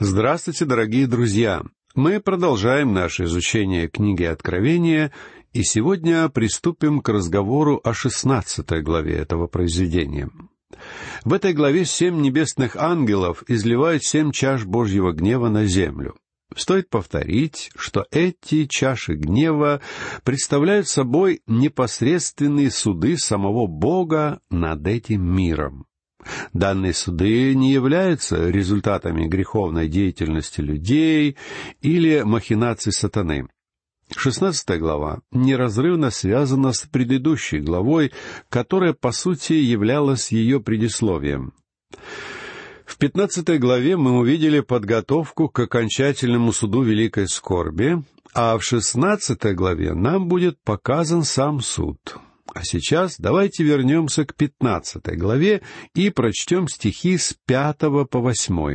Здравствуйте, дорогие друзья! Мы продолжаем наше изучение книги Откровения, и сегодня приступим к разговору о 16 главе этого произведения. В этой главе 7 небесных ангелов изливают 7 чаш Божьего гнева на землю. Стоит повторить, что эти чаши гнева представляют собой непосредственные суды самого Бога над этим миром. Данные суды не являются результатами греховной деятельности людей или махинаций сатаны. 16 глава неразрывно связана с предыдущей главой, которая, по сути, являлась ее предисловием. В 15 главе мы увидели подготовку к окончательному суду великой скорби, а в 16 главе нам будет показан сам суд. А сейчас давайте вернемся к 15 главе и прочтем стихи с 5 по 8.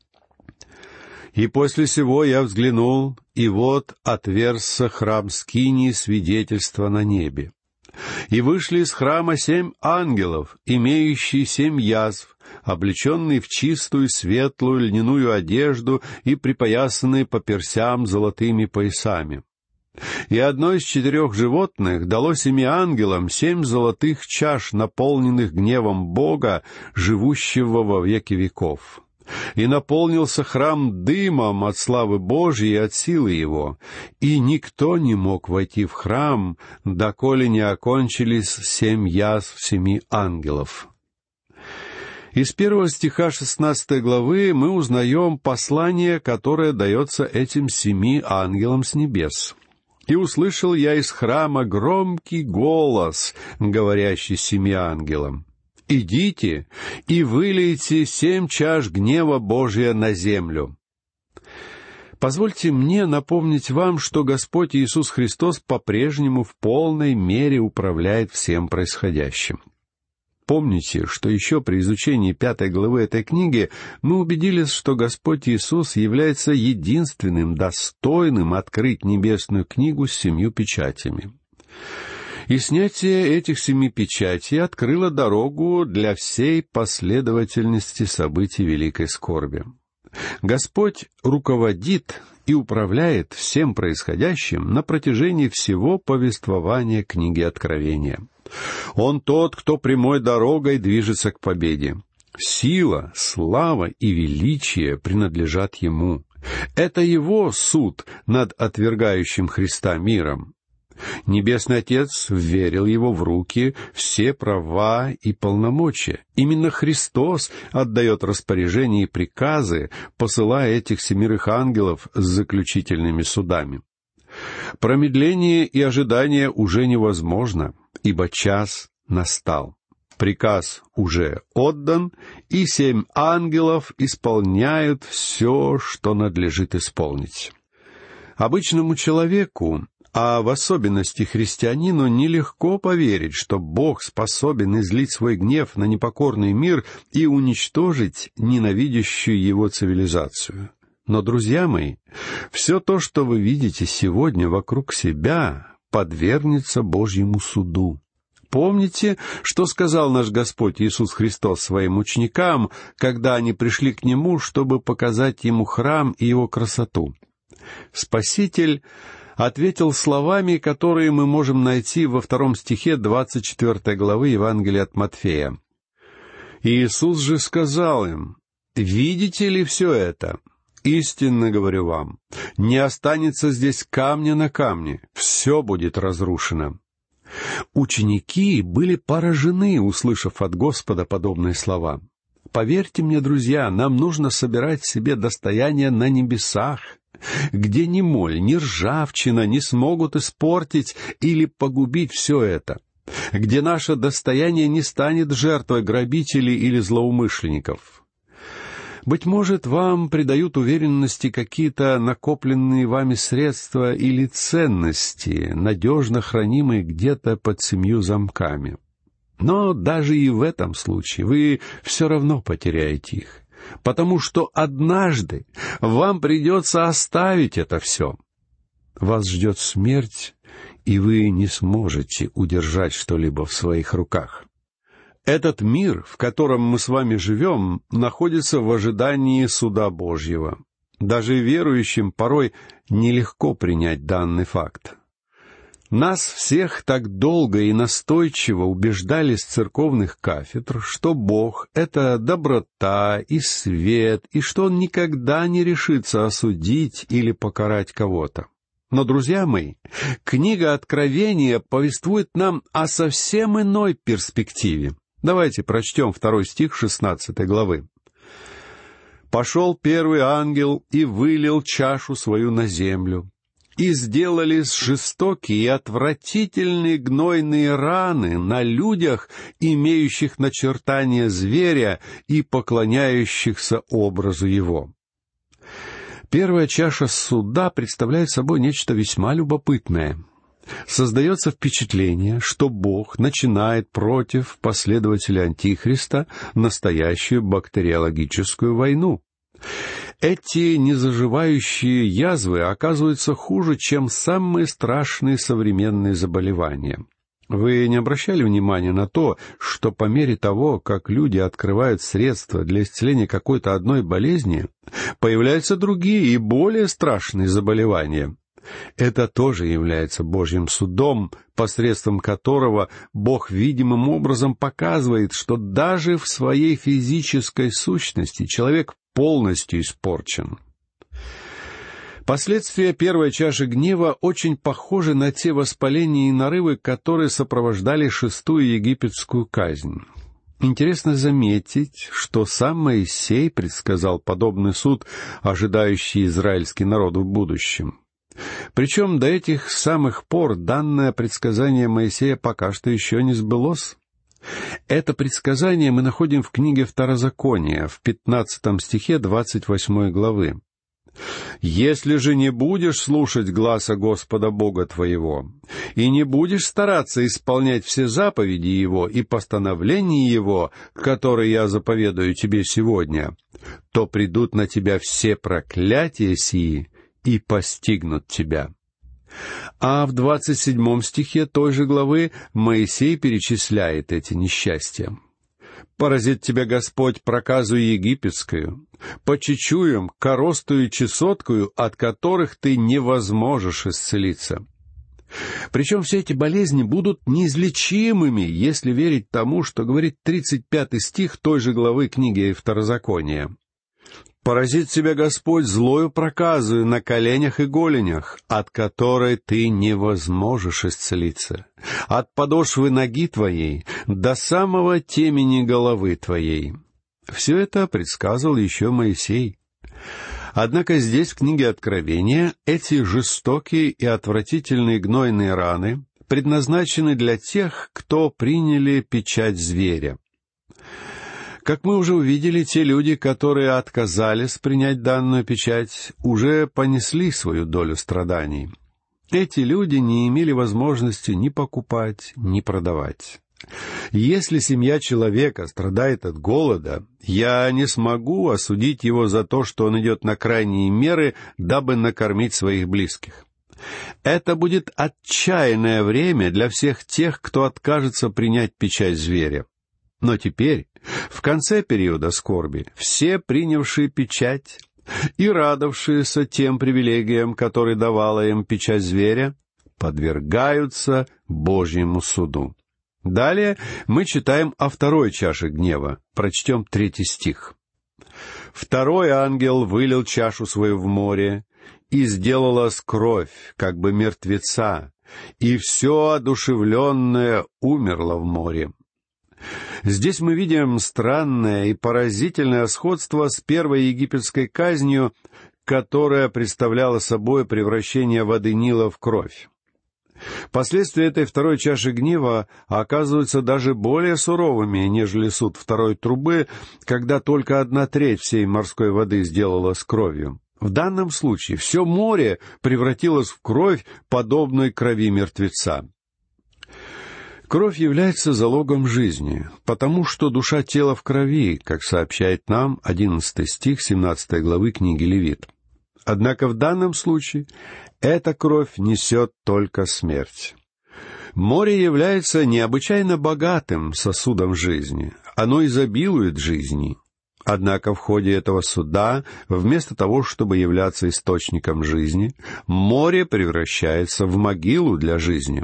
«И после сего я взглянул, и вот отверзся храм скинии свидетельства на небе. И вышли из храма 7 ангелов, имеющие 7 язв, облеченные в чистую светлую льняную одежду и припоясанные по персям золотыми поясами. И одно из 4 животных дало 7 ангелам 7 золотых чаш, наполненных гневом Бога, живущего во веки веков. И наполнился храм дымом от славы Божьей и от силы Его, и никто не мог войти в храм, доколе не окончились 7 язв 7 ангелов». Из 1 стиха 16 главы мы узнаем послание, которое дается этим 7 ангелам с небес. «И услышал я из храма громкий голос, говорящий 7 ангелам: идите и вылейте 7 чаш гнева Божия на землю». Позвольте мне напомнить вам, что Господь Иисус Христос по-прежнему в полной мере управляет всем происходящим. Помните, что еще при изучении 5 главы этой книги мы убедились, что Господь Иисус является единственным достойным открыть небесную книгу с 7 печатями. И снятие этих 7 печатей открыло дорогу для всей последовательности событий великой скорби. Господь руководит и управляет всем происходящим на протяжении всего повествования книги Откровения. Он тот, кто прямой дорогой движется к победе. Сила, слава и величие принадлежат Ему. Это Его суд над отвергающим Христа миром. Небесный Отец вверил Его в руки все права и полномочия. Именно Христос отдает распоряжения и приказы, посылая этих 7 ангелов с заключительными судами. Промедление и ожидание уже невозможно, ибо час настал. Приказ уже отдан, и 7 ангелов исполняют все, что надлежит исполнить. Обычному человеку, а в особенности христианину, нелегко поверить, что Бог способен излить свой гнев на непокорный мир и уничтожить ненавидящую его цивилизацию. Но, друзья мои, все то, что вы видите сегодня вокруг себя, подвергнется Божьему суду. Помните, что сказал наш Господь Иисус Христос своим ученикам, когда они пришли к Нему, чтобы показать Ему храм и его красоту? Спаситель ответил словами, которые мы можем найти во 2 стихе 24 главы Евангелия от Матфея. «Иисус же сказал им: видите ли все это? Истинно говорю вам, не останется здесь камня на камне, все будет разрушено». Ученики были поражены, услышав от Господа подобные слова. Поверьте мне, друзья, нам нужно собирать себе достояние на небесах, где ни моль, ни ржавчина не смогут испортить или погубить все это, где наше достояние не станет жертвой грабителей или злоумышленников. Быть может, вам придают уверенности какие-то накопленные вами средства или ценности, надежно хранимые где-то под 7 замками. Но даже и в этом случае вы все равно потеряете их, потому что однажды вам придется оставить это все. Вас ждет смерть, и вы не сможете удержать что-либо в своих руках. Этот мир, в котором мы с вами живем, находится в ожидании суда Божьего. Даже верующим порой нелегко принять данный факт. Нас всех так долго и настойчиво убеждали с церковных кафедр, что Бог — это доброта и свет, и что Он никогда не решится осудить или покарать кого-то. Но, друзья мои, книга Откровения повествует нам о совсем иной перспективе. Давайте прочтем 2 стих 16 главы. «Пошел первый ангел и вылил чашу свою на землю, и сделались жестокие и отвратительные гнойные раны на людях, имеющих начертание зверя и поклоняющихся образу его». Первая чаша суда представляет собой нечто весьма любопытное. Создается впечатление, что Бог начинает против последователя Антихриста настоящую бактериологическую войну. Эти незаживающие язвы оказываются хуже, чем самые страшные современные заболевания. Вы не обращали внимания на то, что по мере того, как люди открывают средства для исцеления какой-то одной болезни, появляются другие и более страшные заболевания? Это тоже является Божьим судом, посредством которого Бог видимым образом показывает, что даже в своей физической сущности человек полностью испорчен. Последствия первой чаши гнева очень похожи на те воспаления и нарывы, которые сопровождали шестую египетскую казнь. Интересно заметить, что сам Моисей предсказал подобный суд, ожидающий израильский народ в будущем. Причем до этих самых пор данное предсказание Моисея пока что еще не сбылось. Это предсказание мы находим в книге Второзакония, в 15 стихе 28 главы. «Если же не будешь слушать гласа Господа Бога твоего, и не будешь стараться исполнять все заповеди Его и постановления Его, которые я заповедую тебе сегодня, то придут на тебя все проклятия сии и постигнут тебя». А в 27 стихе той же главы Моисей перечисляет эти несчастья. «Поразит тебя Господь проказую египетскую, по чечуям, коростую и чесоткую, от которых ты не возможешь исцелиться». Причем все эти болезни будут неизлечимыми, если верить тому, что говорит 35 стих той же главы книги Второзакония. «Поразит тебя Господь злою проказою на коленях и голенях, от которой ты не возможешь исцелиться, от подошвы ноги твоей до самого темени головы твоей». Все это предсказывал еще Моисей. Однако здесь, в книге Откровения, эти жестокие и отвратительные гнойные раны предназначены для тех, кто приняли печать зверя. Как мы уже увидели, те люди, которые отказались принять данную печать, уже понесли свою долю страданий. Эти люди не имели возможности ни покупать, ни продавать. Если семья человека страдает от голода, я не смогу осудить его за то, что он идет на крайние меры, дабы накормить своих близких. Это будет отчаянное время для всех тех, кто откажется принять печать зверя. Но теперь, в конце периода скорби, все принявшие печать и радовавшиеся тем привилегиям, которые давала им печать зверя, подвергаются Божьему суду. Далее мы читаем о второй чаше гнева. Прочтем 3 стих. «Второй ангел вылил чашу свою в море, и сделалась кровь, как бы мертвеца, и все одушевленное умерло в море». Здесь мы видим странное и поразительное сходство с первой египетской казнью, которая представляла собой превращение воды Нила в кровь. Последствия этой второй чаши гнева оказываются даже более суровыми, нежели суд второй трубы, когда только 1/3 всей морской воды сделалась кровью. В данном случае все море превратилось в кровь, подобную крови мертвеца. Кровь является залогом жизни, потому что душа тела в крови, как сообщает нам 11 стих 17 главы книги Левит. Однако в данном случае эта кровь несет только смерть. Море является необычайно богатым сосудом жизни. Оно изобилует жизнью. Однако в ходе этого суда, вместо того, чтобы являться источником жизни, море превращается в могилу для жизни.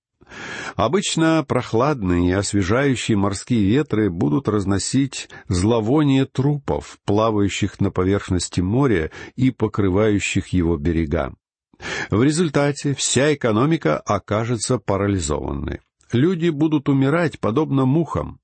Обычно прохладные и освежающие морские ветры будут разносить зловоние трупов, плавающих на поверхности моря и покрывающих его берега. В результате вся экономика окажется парализованной. Люди будут умирать, подобно мухам.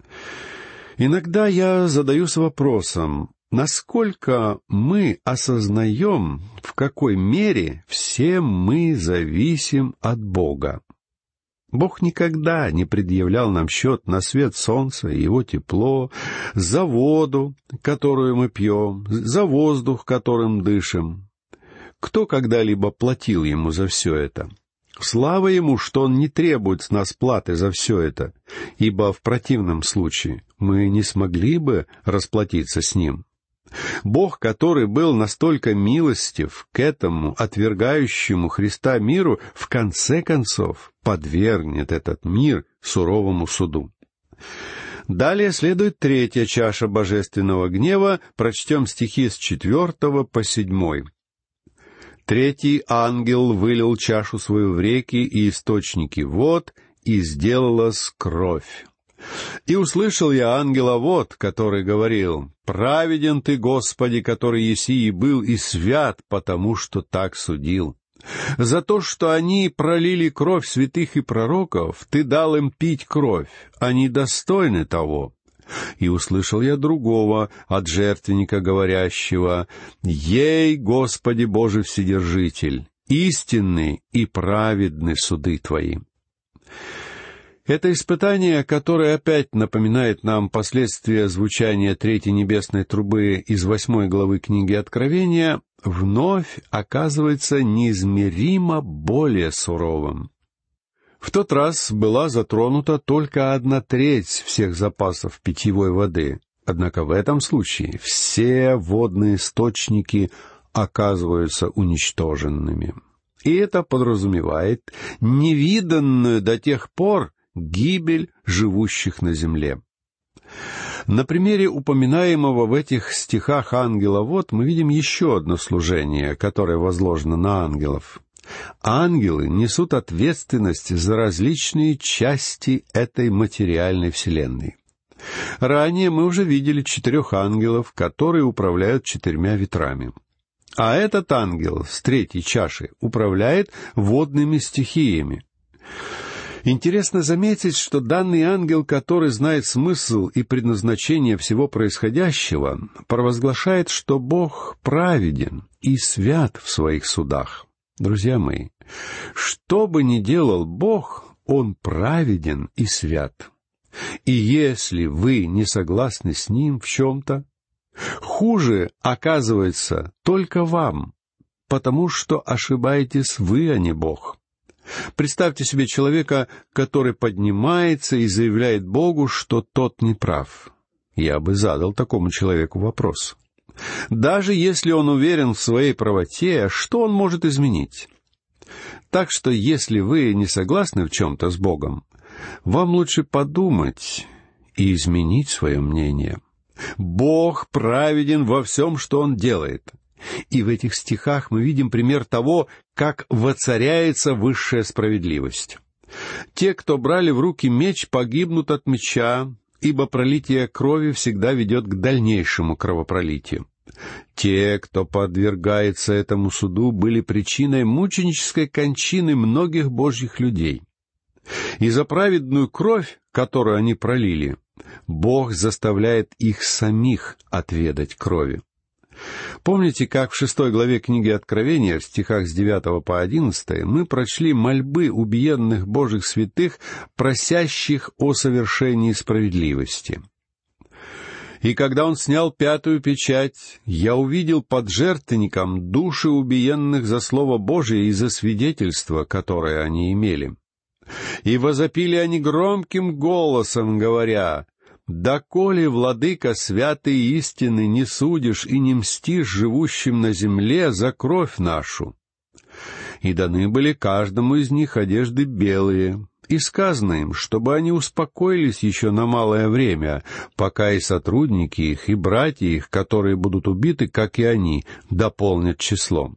Иногда я задаюсь вопросом, насколько мы осознаем, в какой мере все мы зависим от Бога. Бог никогда не предъявлял нам счет на свет солнца и его тепло, за воду, которую мы пьем, за воздух, которым дышим. Кто когда-либо платил ему за все это? Слава ему, что он не требует с нас платы за все это, ибо в противном случае мы не смогли бы расплатиться с ним. Бог, который был настолько милостив к этому отвергающему Христа миру, в конце концов подвергнет этот мир суровому суду. Далее следует третья чаша божественного гнева. Прочтем стихи с 4 по 7. «Третий ангел вылил чашу свою в реки и источники вод, и сделалась кровь. И услышал я ангела вод, который говорил: «Праведен ты, Господи, который еси и был, и свят, потому что так судил. За то, что они пролили кровь святых и пророков, ты дал им пить кровь, они достойны того». И услышал я другого от жертвенника, говорящего: «Ей, Господи Боже Вседержитель, истинны и праведны суды Твои». Это испытание, которое опять напоминает нам последствия звучания третьей небесной трубы из 8 главы книги Откровения, вновь оказывается неизмеримо более суровым. В тот раз была затронута только 1/3 всех запасов питьевой воды, однако в этом случае все водные источники оказываются уничтоженными. И это подразумевает невиданную до тех пор гибель живущих на земле. На примере упоминаемого в этих стихах ангела вод мы видим еще одно служение, которое возложено на ангелов. Ангелы несут ответственность за различные части этой материальной вселенной. Ранее мы уже видели 4 ангелов, которые управляют 4 ветрами. А этот ангел с 3 чаши управляет водными стихиями. Интересно заметить, что данный ангел, который знает смысл и предназначение всего происходящего, провозглашает, что Бог праведен и свят в своих судах. Друзья мои, что бы ни делал Бог, Он праведен и свят. И если вы не согласны с Ним в чем-то, хуже оказывается только вам, потому что ошибаетесь вы, а не Бог. Представьте себе человека, который поднимается и заявляет Богу, что тот не прав. Я бы задал такому человеку вопрос. Даже если он уверен в своей правоте, что он может изменить? Так что, если вы не согласны в чем-то с Богом, вам лучше подумать и изменить свое мнение. Бог праведен во всем, что Он делает. И в этих стихах мы видим пример того, как воцаряется высшая справедливость. Те, кто брали в руки меч, погибнут от меча, ибо пролитие крови всегда ведет к дальнейшему кровопролитию. Те, кто подвергается этому суду, были причиной мученической кончины многих божьих людей. И за праведную кровь, которую они пролили, Бог заставляет их самих отведать крови. Помните, как в 6 главе книги Откровения, в стихах с 9 по 11, мы прочли мольбы убиенных Божьих святых, просящих о совершении справедливости. «И когда он снял 5 печать, я увидел под жертвенником души убиенных за Слово Божие и за свидетельство, которое они имели. И возопили они громким голосом, говоря: «Доколе, владыка святый и истинный, не судишь и не мстишь живущим на земле за кровь нашу?» И даны были каждому из них одежды белые, И сказано им, чтобы они успокоились еще на малое время, пока и сотрудники их, и братья их, которые будут убиты, как и они, дополнят число».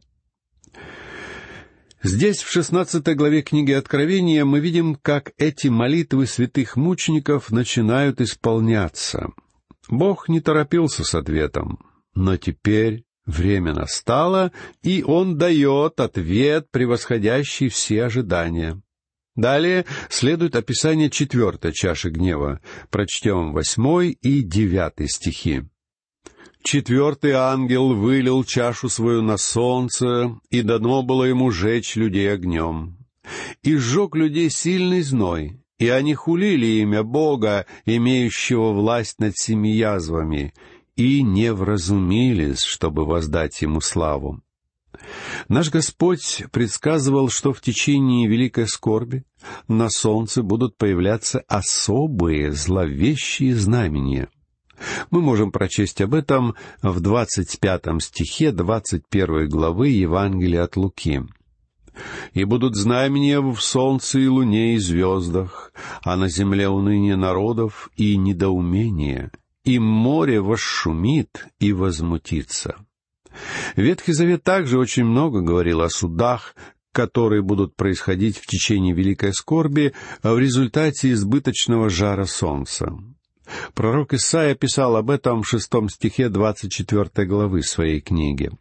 Здесь, в 16 главе книги Откровения, мы видим, как эти молитвы святых мучеников начинают исполняться. Бог не торопился с ответом, но теперь время настало, и Он дает ответ, превосходящий все ожидания. Далее следует описание 4 чаши гнева. Прочтем 8 и 9 стихи. «Четвертый ангел вылил чашу свою на солнце, и дано было ему жечь людей огнем. И сжег людей сильный зной, и они хулили имя Бога, имеющего власть над 7 язвами, и не вразумились, чтобы воздать ему славу». Наш Господь предсказывал, что в течение великой скорби на солнце будут появляться особые зловещие знамения. Мы можем прочесть об этом в 25 стихе 21 главы Евангелия от Луки. «И будут знамения в солнце и луне и звездах, а на земле уныние народов и недоумение, и море восшумит и возмутится». Ветхий Завет также очень много говорил о судах, которые будут происходить в течение великой скорби в результате избыточного жара солнца. Пророк Исаия писал об этом в 6 стихе 24 главы своей книги.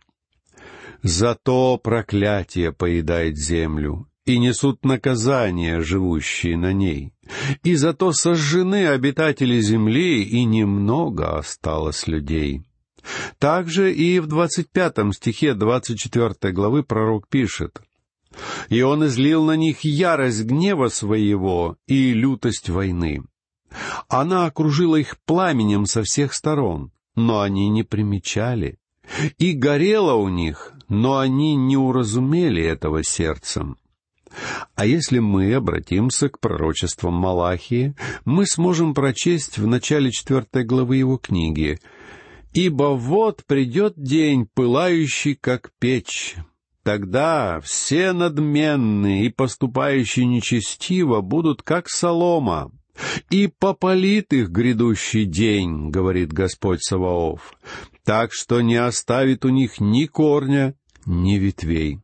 «Зато проклятие поедает землю, и несут наказание живущие на ней. И зато сожжены обитатели земли, и немного осталось людей». Также и в 25 стихе 24 главы пророк пишет: «И он излил на них ярость гнева своего и лютость войны. Она окружила их пламенем со всех сторон, но они не примечали. И горело у них, но они не уразумели этого сердцем». А если мы обратимся к пророчествам Малахии, мы сможем прочесть в начале 4 главы его книги: «Ибо вот придет день, пылающий, как печь. Тогда все надменные и поступающие нечестиво будут, как солома, и попалит их грядущий день, говорит Господь Саваоф, так что не оставит у них ни корня, ни ветвей».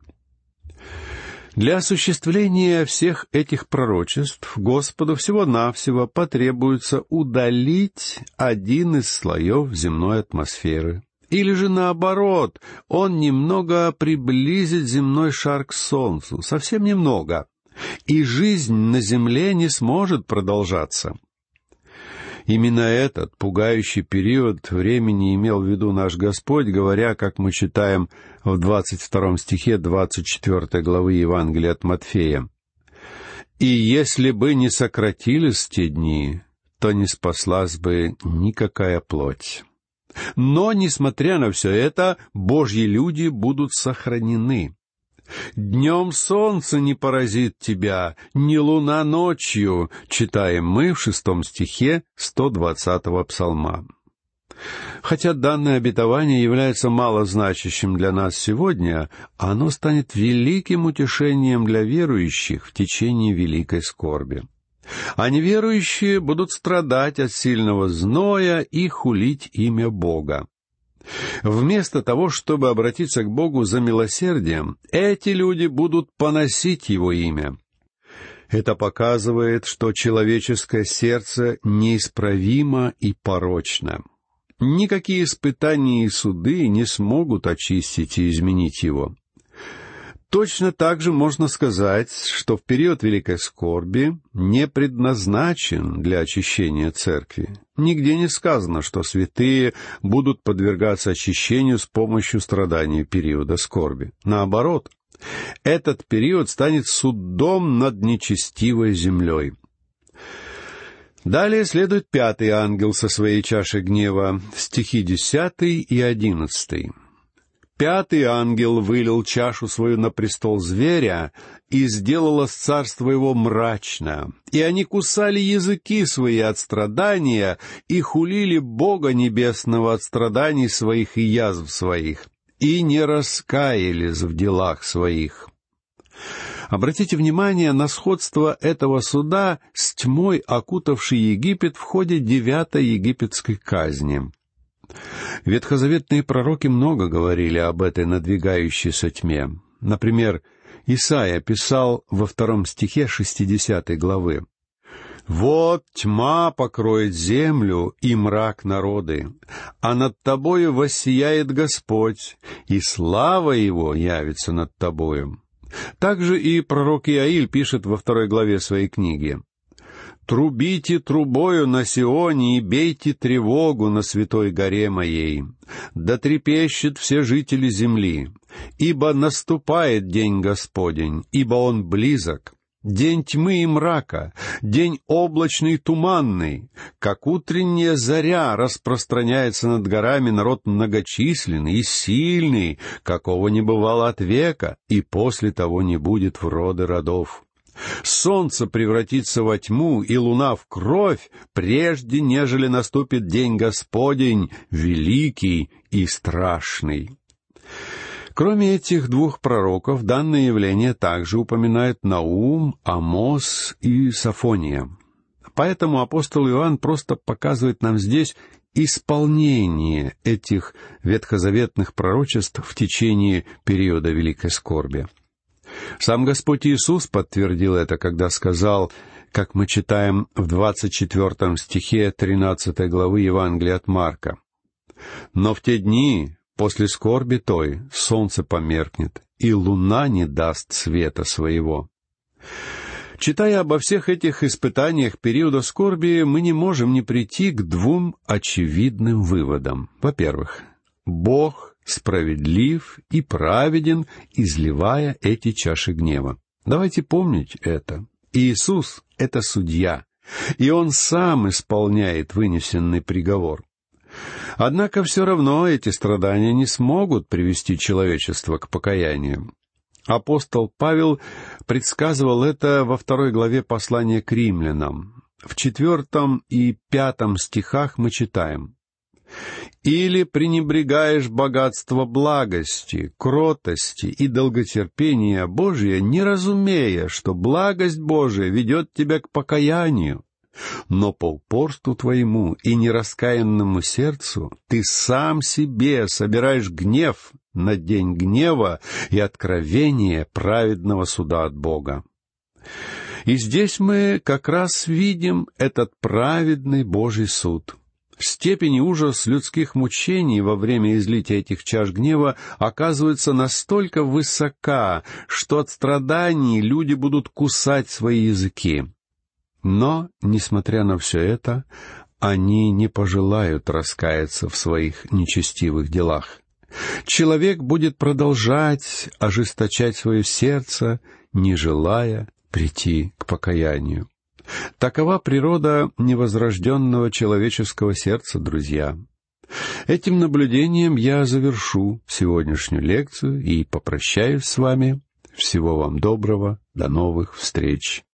Для осуществления всех этих пророчеств Господу всего-навсего потребуется удалить один из слоев земной атмосферы. Или же наоборот, Он немного приблизит земной шар к Солнцу, совсем немного, и жизнь на земле не сможет продолжаться. Именно этот пугающий период времени имел в виду наш Господь, говоря, как мы читаем в 22 стихе 24 главы Евангелия от Матфея: «И если бы не сократились те дни, то не спаслась бы никакая плоть. Но, несмотря на все это, Божьи люди будут сохранены. Днем солнце не поразит тебя, ни луна ночью», читаем мы в 6 стихе 120-го псалма. Хотя данное обетование является малозначащим для нас сегодня, оно станет великим утешением для верующих в течение великой скорби. А неверующие будут страдать от сильного зноя и хулить имя Бога. Вместо того, чтобы обратиться к Богу за милосердием, эти люди будут поносить Его имя. Это показывает, что человеческое сердце неисправимо и порочно. Никакие испытания и суды не смогут очистить и изменить его. Точно так же можно сказать, что в период великой скорби не предназначен для очищения церкви. Нигде не сказано, что святые будут подвергаться очищению с помощью страданий периода скорби. Наоборот, этот период станет судом над нечестивой землей. Далее следует 5-й ангел со своей чашей гнева, стихи 10 и 11. «Пятый ангел вылил чашу свою на престол зверя, и сделалось царство его мрачно, и они кусали языки свои от страдания и хулили Бога Небесного от страданий своих и язв своих, и не раскаялись в делах своих». Обратите внимание на сходство этого суда с тьмой, окутавшей Египет в ходе 9-й египетской казни. Ветхозаветные пророки много говорили об этой надвигающейся тьме. Например, Исаия писал во 2 стихе 60 главы: «Вот тьма покроет землю и мрак народы, а над тобою воссияет Господь, и слава Его явится над тобою». Также и пророк Иаиль пишет во 2 главе своей книги: «Трубите трубою на Сионе и бейте тревогу на святой горе моей. Да трепещут все жители земли, ибо наступает день Господень, ибо он близок. День тьмы и мрака, день облачный и туманный, как утренняя заря распространяется над горами народ многочисленный и сильный, какого не бывало от века, и после того не будет в роды родов. Солнце превратится во тьму, и луна в кровь, прежде нежели наступит день Господень, великий и страшный». Кроме этих двух пророков, данное явление также упоминает Наум, Амос и Софония. Поэтому апостол Иоанн просто показывает нам здесь исполнение этих ветхозаветных пророчеств в течение периода Великой Скорби. Сам Господь Иисус подтвердил это, когда сказал, как мы читаем в 24 стихе 13 главы Евангелия от Марка: «Но в те дни, после скорби той, солнце померкнет, и луна не даст света своего». Читая обо всех этих испытаниях периода скорби, мы не можем не прийти к двум очевидным выводам. Во-первых, Бог справедлив и праведен, изливая эти чаши гнева. Давайте помнить это. Иисус — это судья, и Он сам исполняет вынесенный приговор. Однако все равно эти страдания не смогут привести человечество к покаянию. Апостол Павел предсказывал это во 2 главе послания к римлянам. В 4 и 5 стихах мы читаем: «Или пренебрегаешь богатство благости, кротости и долготерпения Божия, не разумея, что благость Божия ведет тебя к покаянию. Но по упорству твоему и нераскаянному сердцу ты сам себе собираешь гнев на день гнева и откровение праведного суда от Бога». И здесь мы как раз видим этот праведный Божий суд. Степень и ужас людских мучений во время излития этих чаш гнева оказывается настолько высока, что от страданий люди будут кусать свои языки. Но, несмотря на все это, они не пожелают раскаяться в своих нечестивых делах. Человек будет продолжать ожесточать свое сердце, не желая прийти к покаянию. Такова природа невозрожденного человеческого сердца, друзья. Этим наблюдением я завершу сегодняшнюю лекцию и попрощаюсь с вами. Всего вам доброго, до новых встреч.